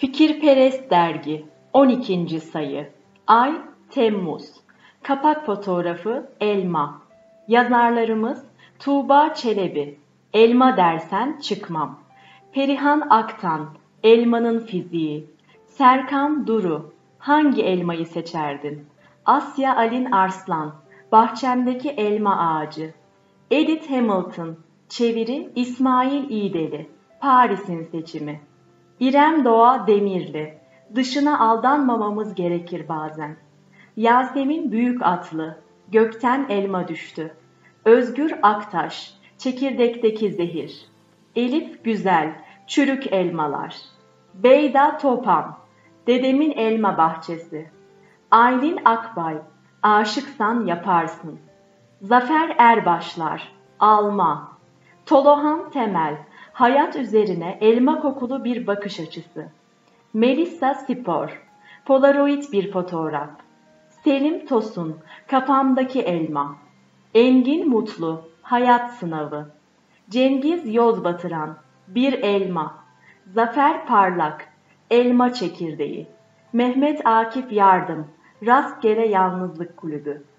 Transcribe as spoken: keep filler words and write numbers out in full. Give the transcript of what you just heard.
Fikirperest Dergi on ikinci sayı Ay Temmuz Kapak fotoğrafı elma. Yazarlarımız Tuğba Çelebi, Elma dersen çıkmam. Perihan Aktan, Elmanın fiziği. Serkan Duru, Hangi elmayı seçerdin? Asya Alin Arslan, Bahçemdeki elma ağacı. Edith Hamilton, çeviri İsmail İğdeli, Paris'in seçimi. İrem Doğa Demirli, Dışına aldanmamamız gerekir bazen. Yasemin Büyükatlı, Gökten elma düştü. Özgür Aktaş, Çekirdekteki zehir. Elif Güzel, Çürük elmalar. Beyda Topan, Dedemin elma bahçesi. Aylin Akbay, Aşıksan yaparsın. Zafer Erbaşlar, Alma. Tolohan Temel, Hayat üzerine elma kokulu bir bakış açısı. Melissa Spor, Polaroid bir fotoğraf. Selim Tosun, Kafamdaki elma. Engin Mutlu, Hayat sınavı. Cengiz Yozbatıran, Bir elma. Zafer Parlak, Elma çekirdeği. Mehmet Akif Yardım, Rastgele Yalnızlık Kulübü.